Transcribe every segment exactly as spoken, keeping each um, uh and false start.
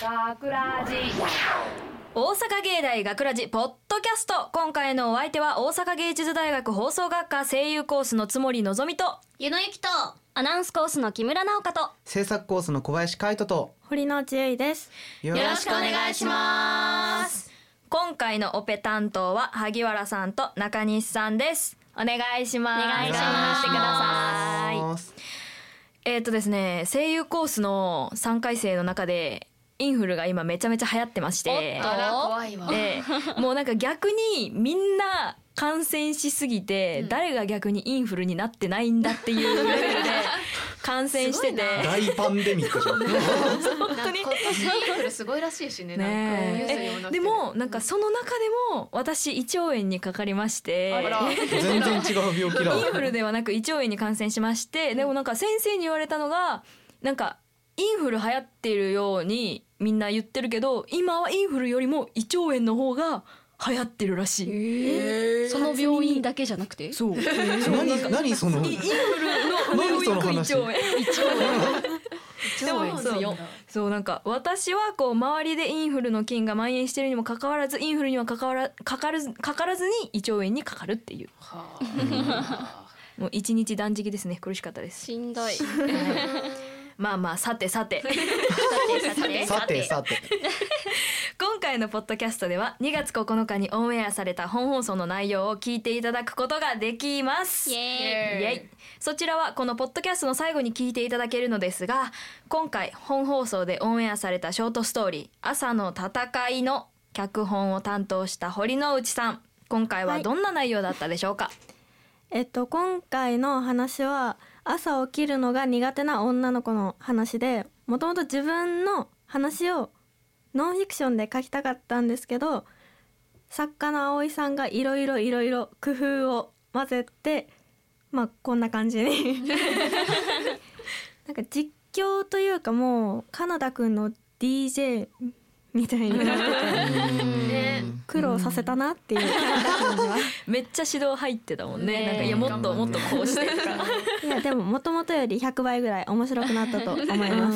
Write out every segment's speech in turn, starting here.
学ラジ大阪芸大学ラジポッドキャスト。今回のお相手は大阪芸術大学放送学科声優コースの津森のぞみと湯野由紀とアナウンスコースの木村直香と制作コースの小林海人と堀之内結衣です。 よろしくお願いします。 今回のオペ担当は萩原さんと中西さんです。お願いします。 お願いしますしてください。えーとですね、声優コースのさんかい生の中でインフルが今めちゃめちゃ流行ってまして、 あら怖いわ。 でもうなんか逆にみんな感染しすぎて、うん、誰が逆にインフルになってないんだっていうレベルで感染してて大パンデミックじゃん本当に今年インフルすごいらしいしね。 ねえでもなんかその中でも私胃腸炎にかかりまして、 全然違う病気だ。 インフルではなく胃腸炎に感染しまして、でもなんか先生に言われたのがなんかインフル流行っているようにみんな言ってるけど、今はインフルよりも胃腸炎の方が流行ってるらしい。 えー、その病院だけじゃなくて、 そう、えー、何何そのインフルの上を行く胃腸炎。胃腸炎そうそうなんか私はこう周りでインフルの菌が蔓延しているにもかかわらずインフルにはかかわらかかるかからずに胃腸炎にかかるっていう。はあ、もう一日断食ですね。苦しかったです。 しんどい。 まあまあさてさてさてさてさてさて今回のポッドキャストではにがつここのかにオンエアされた本放送の内容を聞いていただくことができます。 イエーイ、 イエイ。そちらはこのポッドキャストの最後に聞いていただけるのですが、今回本放送でオンエアされたショートストーリー朝の戦いの脚本を担当した堀之内さん、今回はどんな内容だったでしょうか？はい、 えっと今回の話は朝起きるのが苦手な女の子の話で、もともと自分の話をノンフィクションで書きたかったんですけど、作家の葵さんがいろいろいろいろ工夫を混ぜて、まあこんな感じになんか実況というかもうカナダくんの ディージェー みたいになってて苦労させたなっていう感じはめっちゃ指導入ってたもんね。なんかいやもっともっとこうしてとかいやでももともとよりひゃくばいぐらい面白くなったと思います。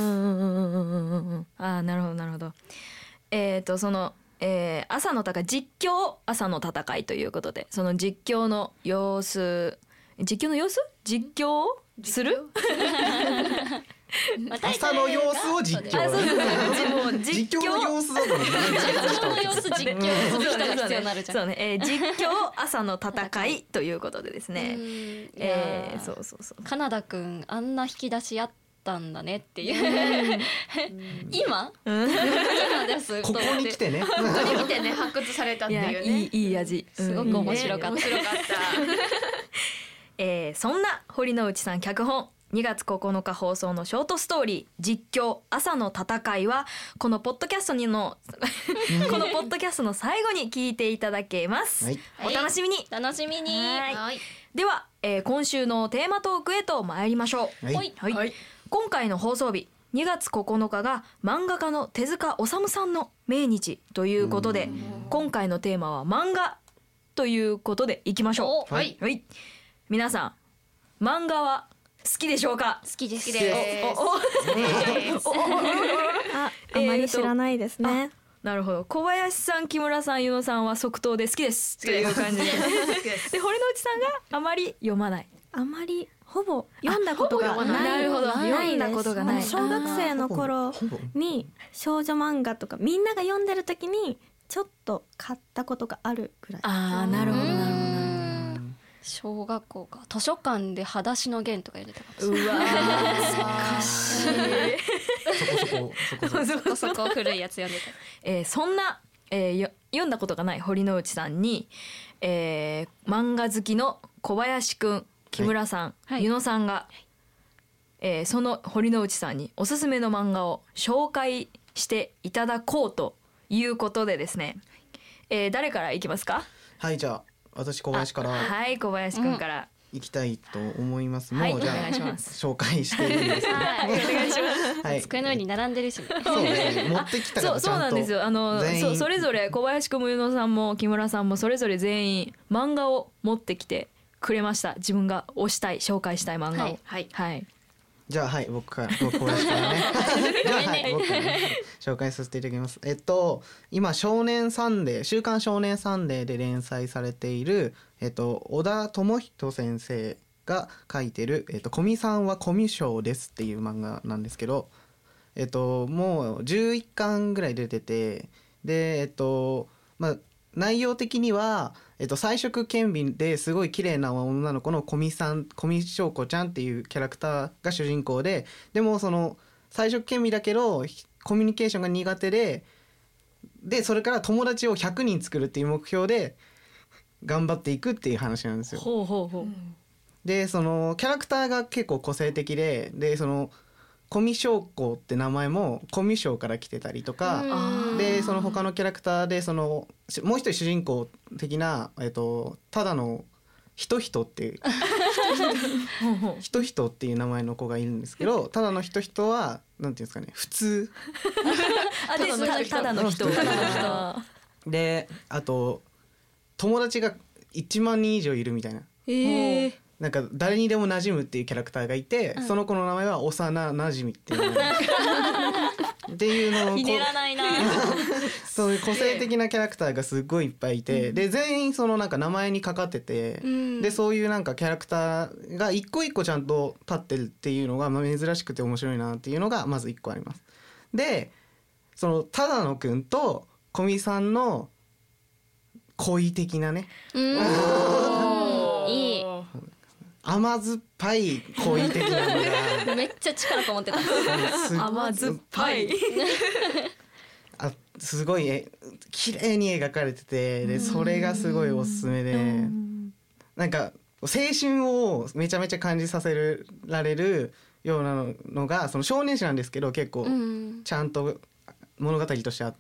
ああなるほどなるほど。えっとその、えー、朝の戦い実況朝の戦いということで、その実況の様子実況の様子実況する朝の様子を実況。 あ、そうそうそう実況の様子だと実況の様子実況の人が必要になるじゃん。 そうね、えー、実況朝の戦いということでですね。えー、そうそうそう。 カナダくんあんな引き出しあったんだねっていう今今ですここに来てねここに来てね発掘されたっていうね。 いいいい味。 すごく面白かった。 面白かった。 えー、そんな堀之内さん脚本にがつここのか放送のショートストーリー実況朝の戦いはこのポッドキャストにのこのポッドキャストの最後に聞いていただけます。はい、お楽しみに。 楽しみに。 はい。では、えー、今週のテーマトークへと参りましょう。 はい。 はいはい、今回の放送日にがつここのかが漫画家の手塚治虫さんの命日ということで、今回のテーマは漫画ということでいきましょう。 はい。 はい。皆さん漫画は好きでしょうか？ 好きです。 あ、あまり知らないですね。 なるほど。小林さん、木村さん、湯野さんは即答で好きですという感じで。で、堀之内さんがあまり読まない。 あまりほぼ読んだことがない。 なるほど。読んだことがない。 小学生の頃に少女漫画とかみんなが読んでる時にちょっと買ったことがあるくらい。 ああ、なるほどなるほど。 小学校か図書館で裸足の弦とか入れてたかもしれない。 うわ懐かしい。 そこそこそこそこそこ古いやつ読んでた。 えー、そんな、えー、読んだことがない堀之内さんに、えー、漫画好きの小林くん、木村さん、 はい、 湯野さんが、はい、えー、その堀之内さんにおすすめの漫画を紹介していただこうということでですね、えー、誰からいきますか？ はい、じゃあ私小林からはい小林くんから行きたいと思います。 うん、もう、 はい、じゃあお願いします。 紹介していいですか？ はい、お願いします。 はい、机の上に並んでるし、ね、 そうね、持ってきたからちゃんと。 そう、そうなんですよ。あの そ, それぞれ小林くんも湯野さんも木村さんもそれぞれ全員漫画を持ってきてくれました。自分が推したい紹介したい漫画を。 はい、はいはい、 じゃあはい僕から僕小林からねじゃあはい僕からね紹介させていただきます。えっと今少年サンデー週刊少年サンデーで連載されているえっと小田智人先生が書いてるえっとコミさんはコミュ障ですっていう漫画なんですけど、えっともうじゅういっかんぐらい出てて、でえっとまあ内容的には、えっと、彩色兼備ですごい綺麗な女の子のコミさんコミ翔子ちゃんっていうキャラクターが主人公で、でもその彩色兼備だけどコミュニケーションが苦手ででそれから友達をひゃくにん作るっていう目標で頑張っていくっていう話なんですよ。 ほうほうほう。 でそのキャラクターが結構個性的で、でそのコミ翔子って名前もコミュ障から来てたりとかで、その他のキャラクターでそのもう一人主人公的な、えっと、ただのひとひとっていうひとひとっていう名前の子がいるんですけど、ただのひとひとはなんていうんですかね、普通あでただの人ただの人で、あと友達がいちまんにん以上いるみたいな、 えー、 なんか誰にでも馴染むっていうキャラクターがいて、うん、その子の名前は幼なじみっていうっていうのをひねらないなそういう個性的なキャラクターがすごいいっぱいいて、うん、で全員そのなんか名前にかかってて、うん、でそういうなんかキャラクターが一個一個ちゃんと立ってるっていうのがまあ珍しくて面白いなっていうのがまず一個あります。でその只野くんと小見さんの恋的なね、うんいい甘酸っぱい恋的なのがめっちゃ力こもってた甘酸っぱいあすごいえ綺麗に描かれてて、でそれがすごいおすすめで、なんか青春をめちゃめちゃ感じさせられるようなのがその少年誌なんですけど結構ちゃんと物語としてあって、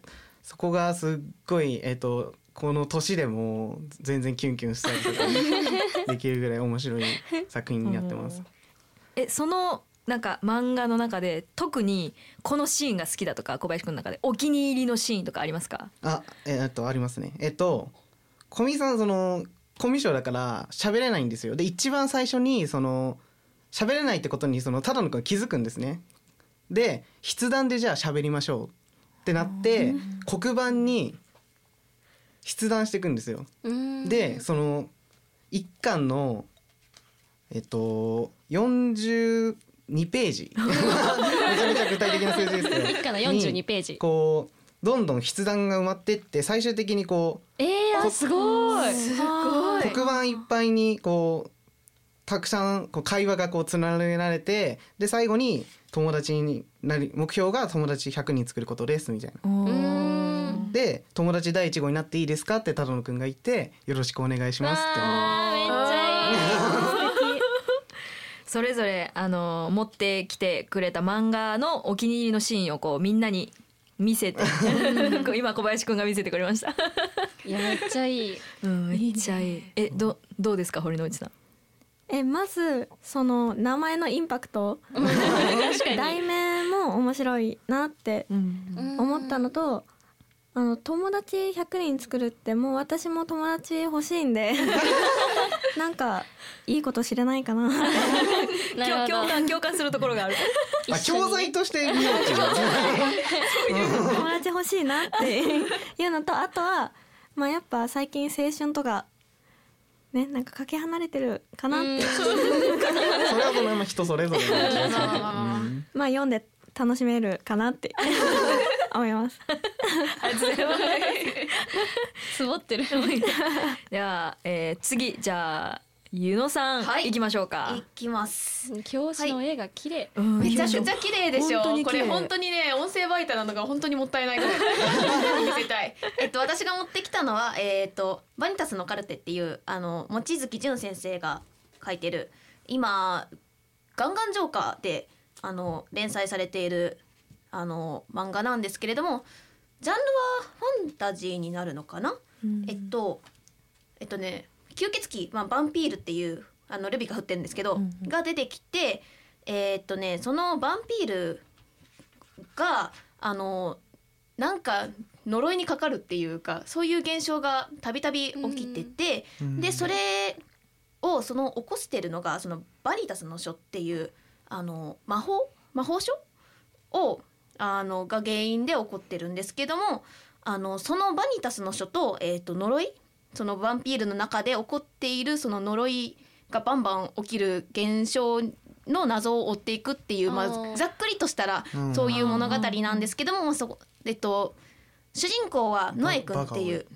そこがすっごいえっとこの年でも全然キュンキュンしたりとかできるぐらい面白い作品になってます。 えそのなんか漫画の中で特にこのシーンが好きだとか小林くんの中でお気に入りのシーンとかありますか？ あ、えー、っとありますね。えっと小見さんそのコミュ障だから喋れないんですよ。で一番最初にその喋れないってことにその只野くんが気づくんですね。で筆談でじゃあ喋りましょうってなって黒板に筆談していくんですよ。でその一巻のえっとよんじゅうにページめちゃめちゃ具体的な数字ですけど一巻のよんじゅうにページこうどんどん筆談が埋まってって最終的にこうえー、あすごいすごい黒板いっぱいにこうたくさんこう会話がこうつなげられて、で最後に友達になり目標が友達ひゃくにん作ることですみたいな。で友達第一号になっていいですかって只野くんが言ってよろしくお願いしますって。 あめっちゃいいそれぞれあの持ってきてくれた漫画のお気に入りのシーンをこうみんなに見せて今小林くんが見せてくれましたいやめっちゃいい、 うん、めっちゃいい。えどどうですか堀之内さん？ えまずその名前のインパクト題名も面白いなって思ったのと、あの友達ひゃくにん作るってもう私も友達欲しいんでなんかいいこと知れないかな共感共感するところがあるあ教材として見ようっていう友達欲しいなっていうのと、あとはまあやっぱ最近青春とかね、なんかかけ離れてるかなってそれはその人それぞれまあ読んで楽しめるかなって思いますつぼってるでは、えー、次じゃあゆのさん、はい、行きましょうか。 行きます。 教師の絵が綺麗、 はい、めちゃくちゃ綺麗でしょ。これ本当にね音声媒体なのが本当にもったいないぐらい見せたい。えっと私が持ってきたのはえっとバニタスのカルテっていうあの望月淳先生が書いてる今ガンガンジョーカーであの連載されているあの漫画なんですけれども、ジャンルはファンタジーになるのかな。えっとえっとね。吸血鬼、まあ、バンピールっていうあのルビが振ってるんですけど、うんうん、が出てきて、えーっとね、そのバンピールがあのなんか呪いにかかるっていうかそういう現象がたびたび起きてて、うん、でそれをその起こしてるのがそのバニタスの書っていうあの魔法魔法書をあのが原因で起こってるんですけども、あのそのバニタスの書と、えー、と呪い、そのヴァンピールの中で起こっているその呪いがバンバン起きる現象の謎を追っていくっていう、まあ、ざっくりとしたらそういう物語なんですけども、まあそこえっと主人公はノエ君っていう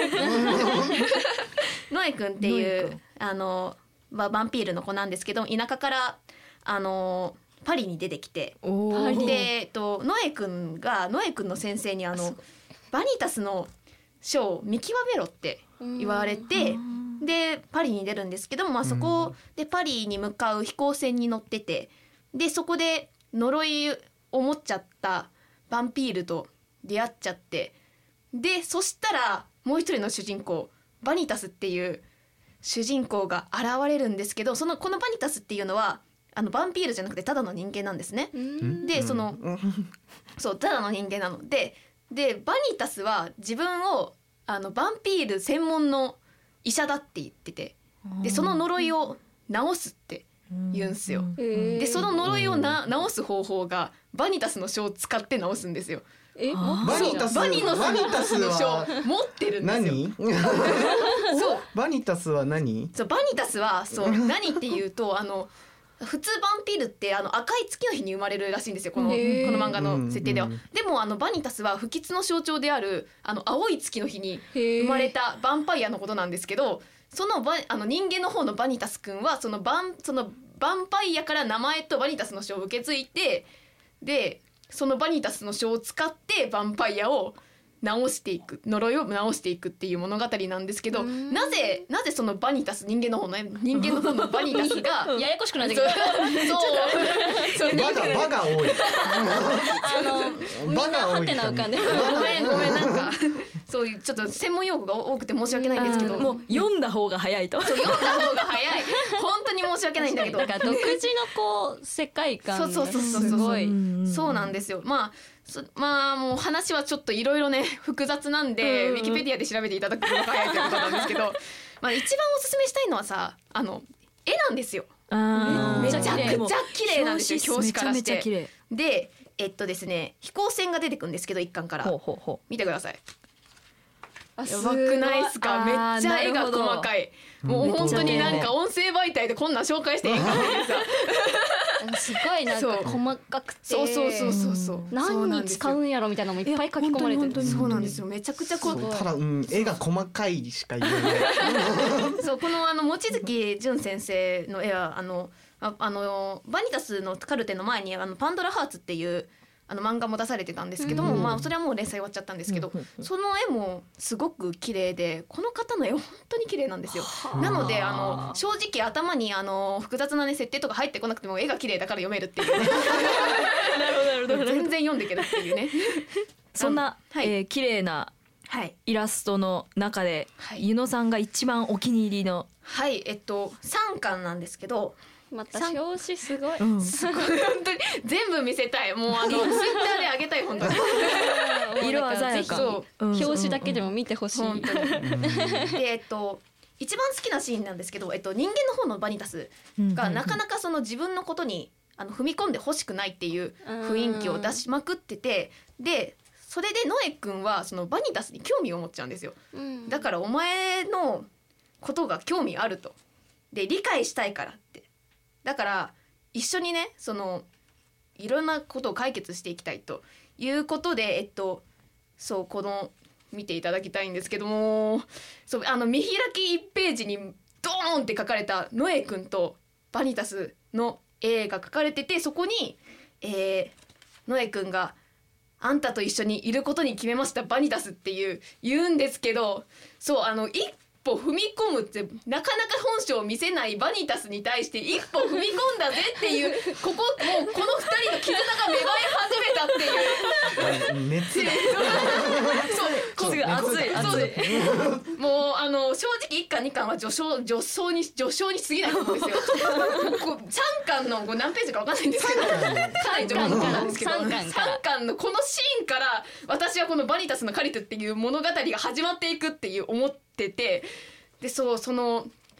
ノエ君っていうあのバンピールの子なんですけど、田舎からあのパリに出てきて、で、えっと、ノエ君がノエ君の先生にあのバニタスの書を見極めろって言われて、でパリに出るんですけども、まあ、そこでパリに向かう飛行船に乗ってて、でそこで呪いを持っちゃったバンピールと出会っちゃって、でそしたらもう一人の主人公バニタスっていう主人公が現れるんですけど、そのこのバニタスっていうのはあのバンピールじゃなくてただの人間なんですね。でそのそうただの人間なので、でバニタスは自分をあのバンピール専門の医者だって言ってて、でその呪いを治すって言うんですよ。でその呪いをな治す方法がバニタスの書を使って治すんですよ。 えバニタスバニタスの書持ってるんですよ。 何そうバニタスは何そうバニタスはそう何っていうとあの普通バンピールってあの赤い月の日に生まれるらしいんですよ、このこの漫画の設定では。でもあのバニタスは不吉の象徴であるあの青い月の日に生まれたヴァンパイアのことなんですけど、そのバあの人間の方のバニタスくんはそのバンそのヴァンパイアから名前とバニタスの書を受け継いで、でそのバニタスの書を使ってヴァンパイアを直していく、呪いを直していくっていう物語なんですけど、なぜなぜそのバニタス人間の方の人間の方のバニタスがややこしくなってきた。 そうそうバがバが多いあのバがハテナ浮かんでる。 ごめんごめんなんかそういうちょっと専門用語が多くて申し訳ないんですけど、 もう読んだ方が早いと。 そう読んだ方が早い。本当に申し訳ないんだけど。 だから独自のこう世界観がすごい。 そうなんですよ。まあまあもう話はちょっといろいろね複雑なんで、ウィキペディアで調べていただくのが早いということなんですけど、まあ一番おすすめしたいのはさ、あの絵なんですよ。めちゃくちゃ綺麗なんですよ、表紙からして。でえっとですね飛行船が出てくるんですけど一巻から見てください。やばくないっすか。めっちゃ絵が細かい。もう本当になんか音声媒体でこんなん紹介していいかなすごいなんか細かくて、 そうそうそうそうそう、 何に使うんやろみたいなのもいっぱい書き込まれてる。 そうなんですよ。めちゃくちゃこうただ、うん、絵が細かいしか言えないそうこのあの望月淳先生の絵はあのああのバニタスのカルテの前にあのパンドラハーツっていうあの漫画も出されてたんですけども、まあそれはもう連載終わっちゃったんですけど、その絵もすごく綺麗で、この方の絵本当に綺麗なんですよ。なのであの正直頭にあの複雑なね設定とか入ってこなくても絵が綺麗だから読めるっていうねなるほどなるほど全然読んでいけるっていうねそんな、はいえー、綺麗なイラストの中で、はい、ゆのさんが一番お気に入りのはいえっとさんかんなんですけど、 また表紙すごい、 うん、すごい本当に全部見せたい。もうあのツイッターであげたい本当に色鮮やか、そう、うん、表紙だけでも見てほしい、うん、本当にでえっと一番好きなシーンなんですけど、えっと、人間の方のバニタスがなかなかその自分のことにあの踏み込んでほしくないっていう雰囲気を出しまくってて、でそれでノエ君はそのバニタスに興味を持っちゃうんですよ、うん、だからお前のことが興味あると、で理解したいからって、だから一緒にねそのいろんなことを解決していきたいということで、えっとそうこの見ていただきたいんですけども、そうあの見開きいちページにドーンって書かれたノエ君とバニタスの絵が書かれてて、そこに、えー、ノエ君があんたと一緒にいることに決めましたバニタスっていう言うんですけど、そうあの一歩踏み込むってなかなか本性を見せないバニタスに対して一歩踏み込んだぜっていうここもうこのふたりの絆が芽生え始めたっていう熱だそう熱い熱いもうあの正直いっかんにかんは序章序章に序章に過ぎないと思うんですよこうさんかんのこう何ページか分かんないんですけどかなり序盤なんですけどさんかんのこのシーンから私はこのバニタスのカリトっていう物語が始まっていくっていう思ってて、でそうその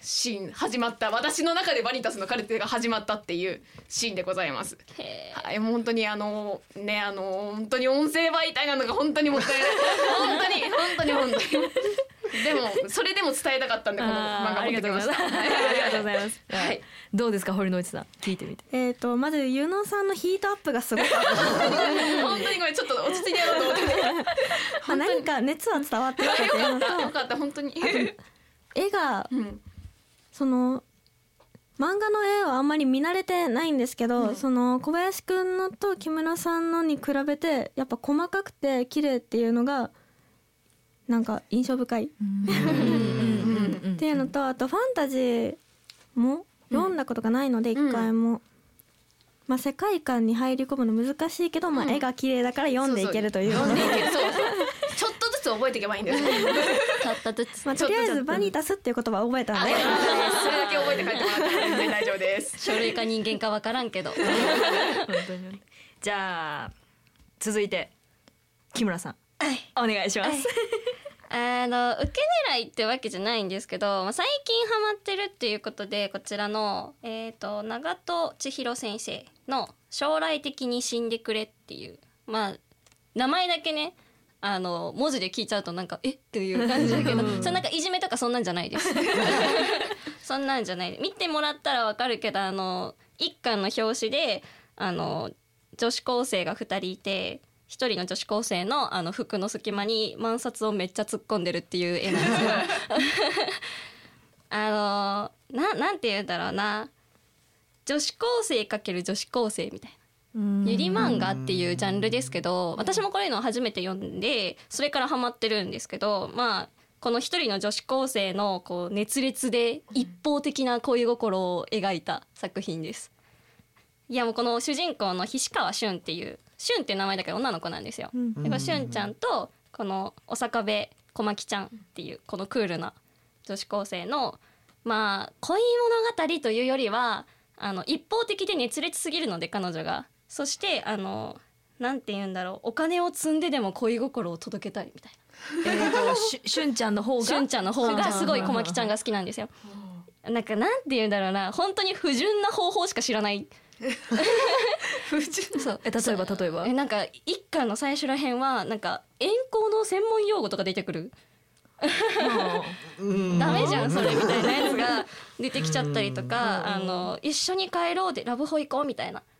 シーン始まった、私の中でバニタスのカルテが始まったっていうシーンでございます。はい、もう本当にあのねあの本当に音声媒体なのが本当にもったいない本当に本当に本当にでもそれでも伝えたかったんでこの漫画持ってきました。 ありがとうございます。はい、どうですか堀之内さん、聞いてみて。 えっとまずゆのさんのヒートアップがすごかった本当にごめん、ちょっと落ち着いてやろうと思ってまあ何か熱は伝わってきたっていうのとよかった本当に絵が、 うん、 その漫画の絵はあんまり見慣れてないんですけど、うん、その小林くんのと木村さんのに比べてやっぱ細かくて綺麗っていうのがなんか印象深いっていうのと、あとファンタジーも読んだことがないので一回も、うん、まあ世界観に入り込むの難しいけど、まあ絵が綺麗だから読んでいけるという、 読んでいける、そうちょっとずつ覚えていけばいいんですちょっとずつ、 まあ、とりあえずバニタスっていう言葉を覚えたんで、 それだけ覚えて帰ってもらったら全然大丈夫です書類か人間か分からんけどじゃあ続いて木村さん、はい、お願いします、はいあの受け狙いってわけじゃないんですけど、まあ、最近ハマってるっていうことでこちらの、えーと、長戸千尋先生の将来的に死んでくれっていう、まあ名前だけねあの文字で聞いちゃうとなんかえっていう感じだけどそれなんかいじめとかそんなんじゃないですそんなんじゃない、見てもらったらわかるけど、あの一巻の表紙であの女子高生がふたりいて、一人の女子高生のあの服の隙間に万札をめっちゃ突っ込んでるっていう絵なんですよあのななんて言うんだろうな、女子高生×女子高生みたいなゆり漫画っていうジャンルですけど、私もこれの初めて読んでそれからハマってるんですけど、まあこの一人の女子高生のこう熱烈で一方的な恋心を描いた作品です。いやもうこの主人公の菱川俊っていう、俊って名前だけど女の子なんですよ、うん、だから俊ちゃんとこのお坂部小牧ちゃんっていうこのクールな女子高生のまあ恋物語というよりはあの一方的で熱烈すぎるので彼女が、そしてあのなんて言うんだろう、お金を積んででも恋心を届けたいみたいなえーとししゅんちゃんの方がしゅんちゃんの方がすごい小牧ちゃんが好きなんですよなんかなんて言うんだろうな、本当に不純な方法しか知らないそうえ例えば例えばえなんか一巻の最初らへんはなんか遠行の専門用語とか出てくるダメじゃんそれみたいなやつが出てきちゃったりとか、あの一緒に帰ろうでラブホ行こうみたいな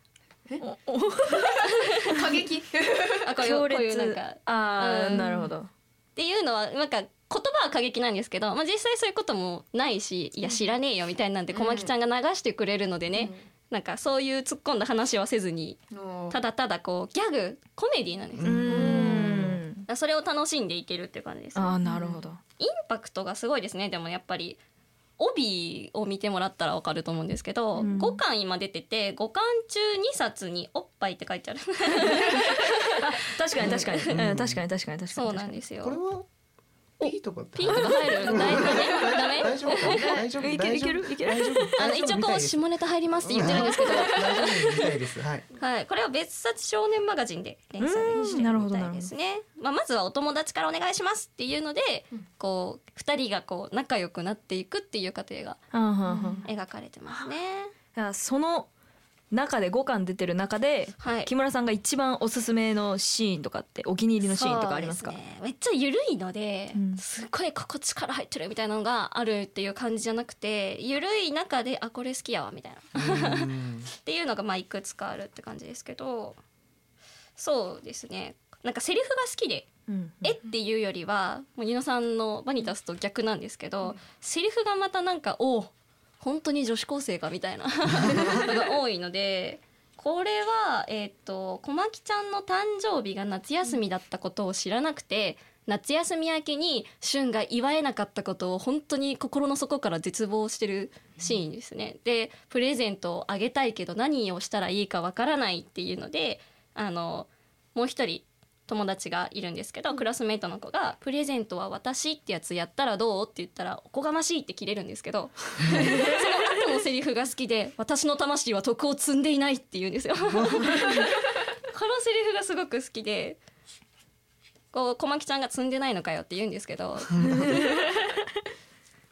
過激あこういうこういうなんかあーなるほどっていうのはなんか言葉は過激なんですけど、まあ、実際そういうこともないし、いや知らねえよみたいなんで小牧ちゃんが流してくれるのでね、うん、なんかそういう突っ込んだ話はせずにただただこうギャグコメディなんですよ。うんそれを楽しんでいけるっていう感じです、ね、 あなるほど。 インパクトがすごいですね。でもやっぱり帯を見てもらったら分かると思うんですけど、うん、ごかん今出ててごかん中にさつにおっぱいって書いてある確かに確かに、うん、確かに確かに確かにそうなんですよ。 これはピーとかピーとか入る？ダメ？ 大丈夫？大丈夫？ いけるいけるいける。 あの一応こう下ネタ入りますって言ってるんですけど。 大丈夫みたいです。はい。 はい。これは別冊少年マガジンで連載してるみたいですね。まあまずはお友達からお願いしますっていうので、こう二人がこう仲良くなっていくっていう過程が描かれてますね。 その中でごかん出てる中で、はい、木村さんが一番おすすめのシーンとかってお気に入りのシーンとかありますか？ そうですね、めっちゃ緩いので、うん、すごいここ力入ってるみたいなのがあるっていう感じじゃなくて、緩い中であこれ好きやわみたいなっていうのがまあいくつかあるって感じですけど、そうですね、なんかセリフが好きで、うんうん、えっていうよりはもうニノさんのバニタスと逆なんですけど、うん、セリフがまたなんかお本当に女子高生かみたいなのが多いので、これは、えー、と小牧ちゃんの誕生日が夏休みだったことを知らなくて、夏休み明けに俊が祝えなかったことを本当に心の底から絶望してるシーンですね。でプレゼントをあげたいけど何をしたらいいかわからないっていうので、あのもう一人友達がいるんですけど、クラスメートの子がプレゼントは私ってやつやったらどうって言ったらおこがましいって切れるんですけどその後のセリフが好きで、私の魂は徳を積んでいないって言うんですよこのセリフがすごく好きで、こう小牧ちゃんが積んでないのかよって言うんですけど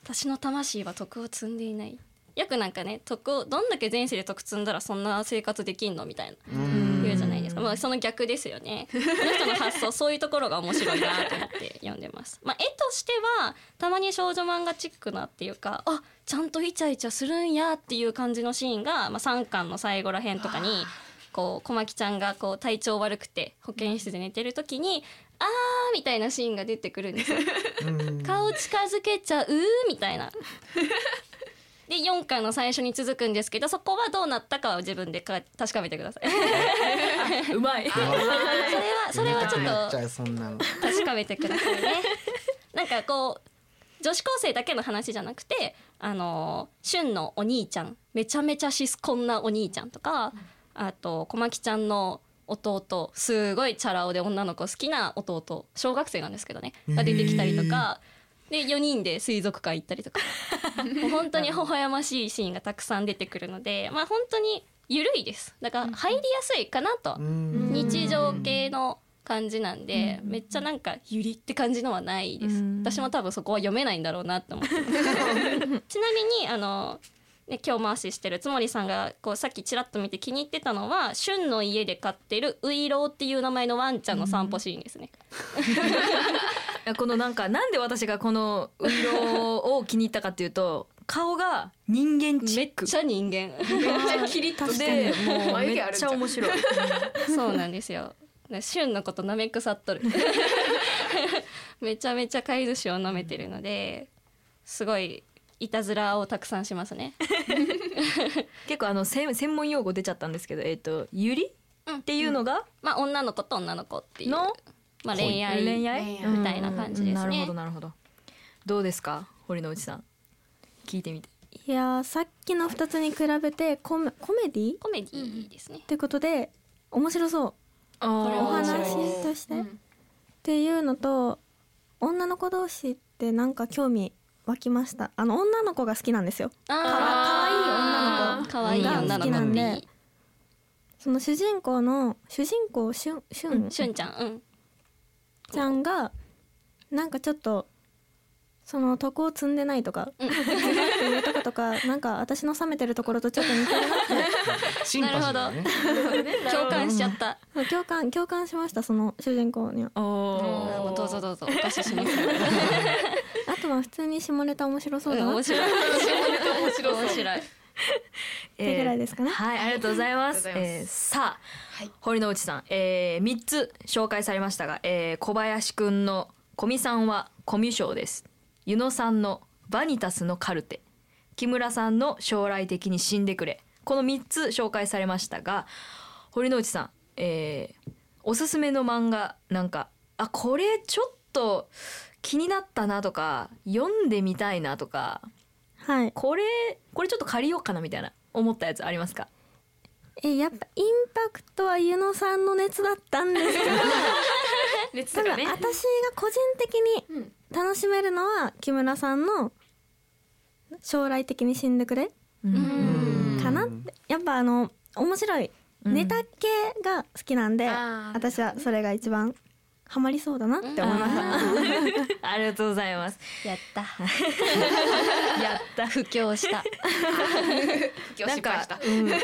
私の魂は徳を積んでいない。よくなんかね、徳をどんだけ前世で徳積んだらそんな生活できんのみたいな言うじゃないですか。まあ、その逆ですよね。この人の発想そういうところが面白いなと思って読んでます。まあ、絵としてはたまに少女漫画チックなっていうか、あちゃんとイチャイチャするんやっていう感じのシーンが、まあ、さんかんの最後らへんとかにこう小牧ちゃんがこう体調悪くて保健室で寝てる時にあーみたいなシーンが出てくるんですよ。顔近づけちゃうみたいな。でよんかいの最初に続くんですけど、そこはどうなったかは自分でか確かめてください。 うまい。 それはそれはちょっとそんなの確かめてくださいね。なんかこう女子高生だけの話じゃなくて、あの俊のお兄ちゃんめちゃめちゃシスコンなお兄ちゃんとか、あと小牧ちゃんの弟すごいチャラ男で女の子好きな弟、小学生なんですけどねが出てきたりとか。でよにんで水族館行ったりとかもう本当に微笑ましいシーンがたくさん出てくるので、まあ本当にゆるいです。だから入りやすいかなと。日常系の感じなんで、めっちゃなんかゆりって感じのはないです。私も多分そこは読めないんだろうなって思ってますちなみにあのね、今日回ししてるつもりさんがこうさっきちらっと見て気に入ってたのは、俊の家で飼ってるウイローっていう名前のワンちゃんの散歩シーンですね。 このなんかなんで私がこのウイローを気に入ったかっていうと、顔が人間チック、 めっちゃ人間めっちゃキリッとしてもうめっちゃ面白いそうなんですよ。俊のこと舐め腐っとるめちゃめちゃ飼い主を舐めてるので、すごいいたずらをたくさんしますね結構あの専門用語出ちゃったんですけど、えっとゆりっていうのが、うん、 まあ女の子と女の子っていうの、 まあ、恋愛恋愛みたいな感じですね。 なるほどなるほど。どうですか堀之内さん、聞いてみて。 いやさっきのふたつに比べてコメ、コメディコメディですね、 ってことで面白そう。 お話として、うん、っていうのと、女の子同士ってなんか興味湧きました。あの女の子が好きなんですよ。かわいい女の子かわいい女の子が好きなんで、その主人公の主人公しゅんしゅんしゅんちゃん、うん、 ちゃんがなんかちょっとその徳を積んでないとか、うん、っていうとことか、なんか私の冷めてるところとちょっと似てるなってなるほど共感しちゃった。 共感共感しました、その主人公には。 おどうぞどうぞお貸ししますあとは普通に下ネタ面白そうだな、 うん、面白い下ネタ面白そう面白いってぐらいですかね。 はい、ありがとうございます。えー、さあ、はい、堀之内さん、えー、みっつ紹介されましたが、えー、小林くんのコミさんはコミュ障です。湯野さんのバニタスのカルテ、木村さんの将来的に死んでくれ、このみっつ紹介されましたが、堀之内さん、えー、おすすめの漫画なんか、あこれちょっと気になったなとか読んでみたいなとか、 はい、 これこれちょっと借りようかなみたいな思ったやつありますか？ えやっぱインパクトは湯野さんの熱だったんですけど熱とかね、私が個人的に楽しめるのは木村さんの将来的に死んでくれかなって。やっぱあの面白いネタ系が好きなんで、うん、私はそれが一番ハマりそうだなって思いました。 ありがとうございます。 やったやった布教した布教失敗した、 うん、も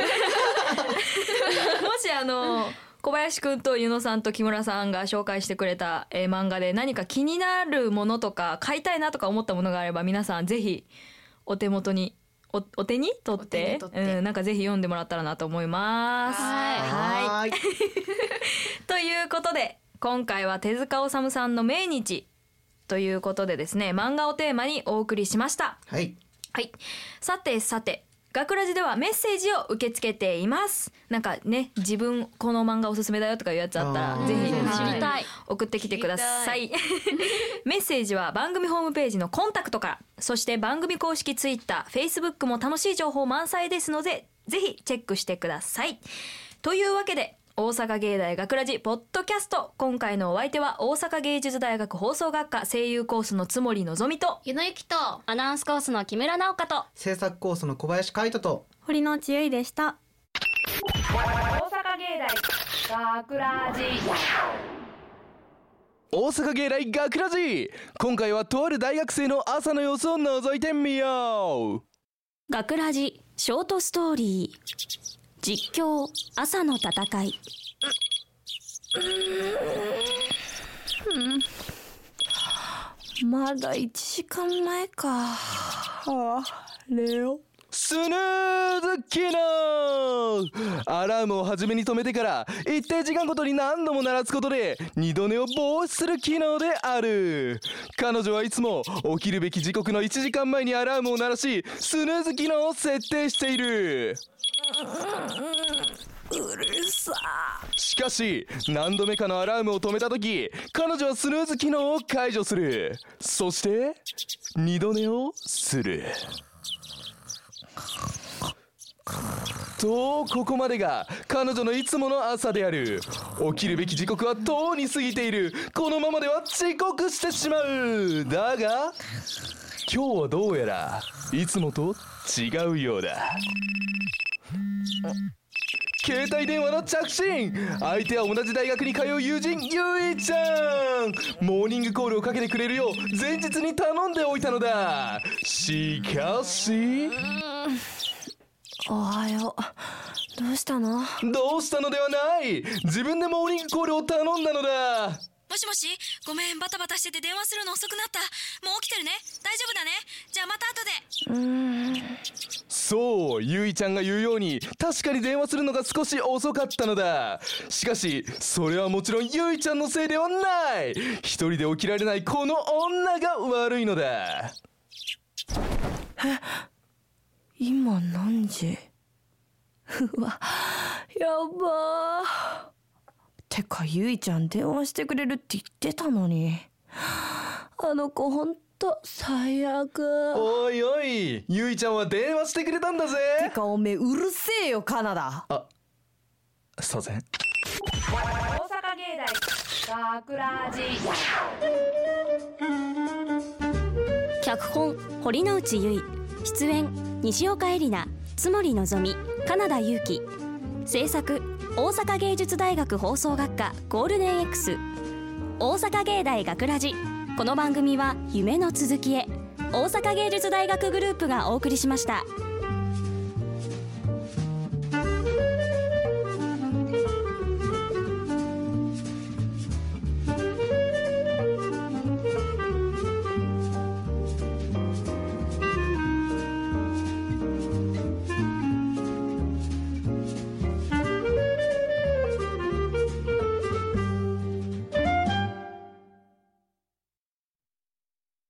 しあの小林くんと湯野さんと木村さんが紹介してくれた、えー、漫画で何か気になるものとか買いたいなとか思ったものがあれば、皆さんぜひお手元に お, お手に取って取って、 うん、なんかぜひ読んでもらったらなと思います。 はいはいということで今回は手塚治虫さんの命日ということでですね、漫画をテーマにお送りしました。 はい、 はい、さてさて学ラジではメッセージを受け付けています。なんかね、自分この漫画おすすめだよとかいうやつあったらぜひ、 知りたい、 送ってきてくださいメッセージは番組ホームページのコンタクトから、そして番組公式ツイッター、フェイスブックも楽しい情報満載ですのでぜひチェックしてください。というわけで大阪芸大学ラジポッドキャスト、今回のお相手は大阪芸術大学放送学科声優コースの津森のぞみと湯野ゆきとアナウンスコースの木村直香と制作コースの小林海人と堀之内結衣でした。 大阪芸大学ラジ大阪芸大学ラジ。今回はとある大学生の朝の様子を覗いてみよう。 学ラジショートストーリー、実況朝の戦い。 まだいちじかんまえか。はあ、寝よ。 スヌーズ機能。アラームを初めに止めてから一定時間ごとに何度も鳴らすことで二度寝を防止する機能である。彼女はいつも起きるべき時刻のいちじかんまえにアラームを鳴らし、スヌーズ機能を設定している。 うるさ。 しかし何度目かのアラームを止めた時、彼女はスヌーズ機能を解除する。そして二度寝をすると、ここまでが彼女のいつもの朝である。起きるべき時刻はとうに過ぎている。このままでは遅刻してしまう。だが今日はどうやらいつもと違うようだ。携帯電話の着信。相手は同じ大学に通う友人ゆいちゃん。モーニングコールをかけてくれるよう前日に頼んでおいたのだ。しかし、 おはよう。どうしたの？ どうしたのではない。自分でモーニングコールを頼んだのだ。 もしもし、ごめん、バタバタしてて電話するの遅くなった。もう起きてるね。大丈夫だね。じゃあまた後で。 うーん。 そう、ゆいちゃんが言うように確かに電話するのが少し遅かったのだ。しかしそれはもちろんゆいちゃんのせいではない。一人で起きられないこの女が悪いのだ。 え、今何時？うわ、やばー。てかゆいちゃん電話してくれるって言ってたのに。あの子ほんと最悪。 おいおい、ゆいちゃんは電話してくれたんだぜ。 てかおめえうるせえよカナダ。 あ、そうぜん。 大阪芸大学ラジ。 脚本堀之内結衣、出演西岡絵里奈、津森のぞみ、金田裕貴。制作大阪芸術大学放送学科ゴールデン X。 大阪芸大学ラジ。この番組は夢の続きへ大阪芸術大学グループがお送りしました。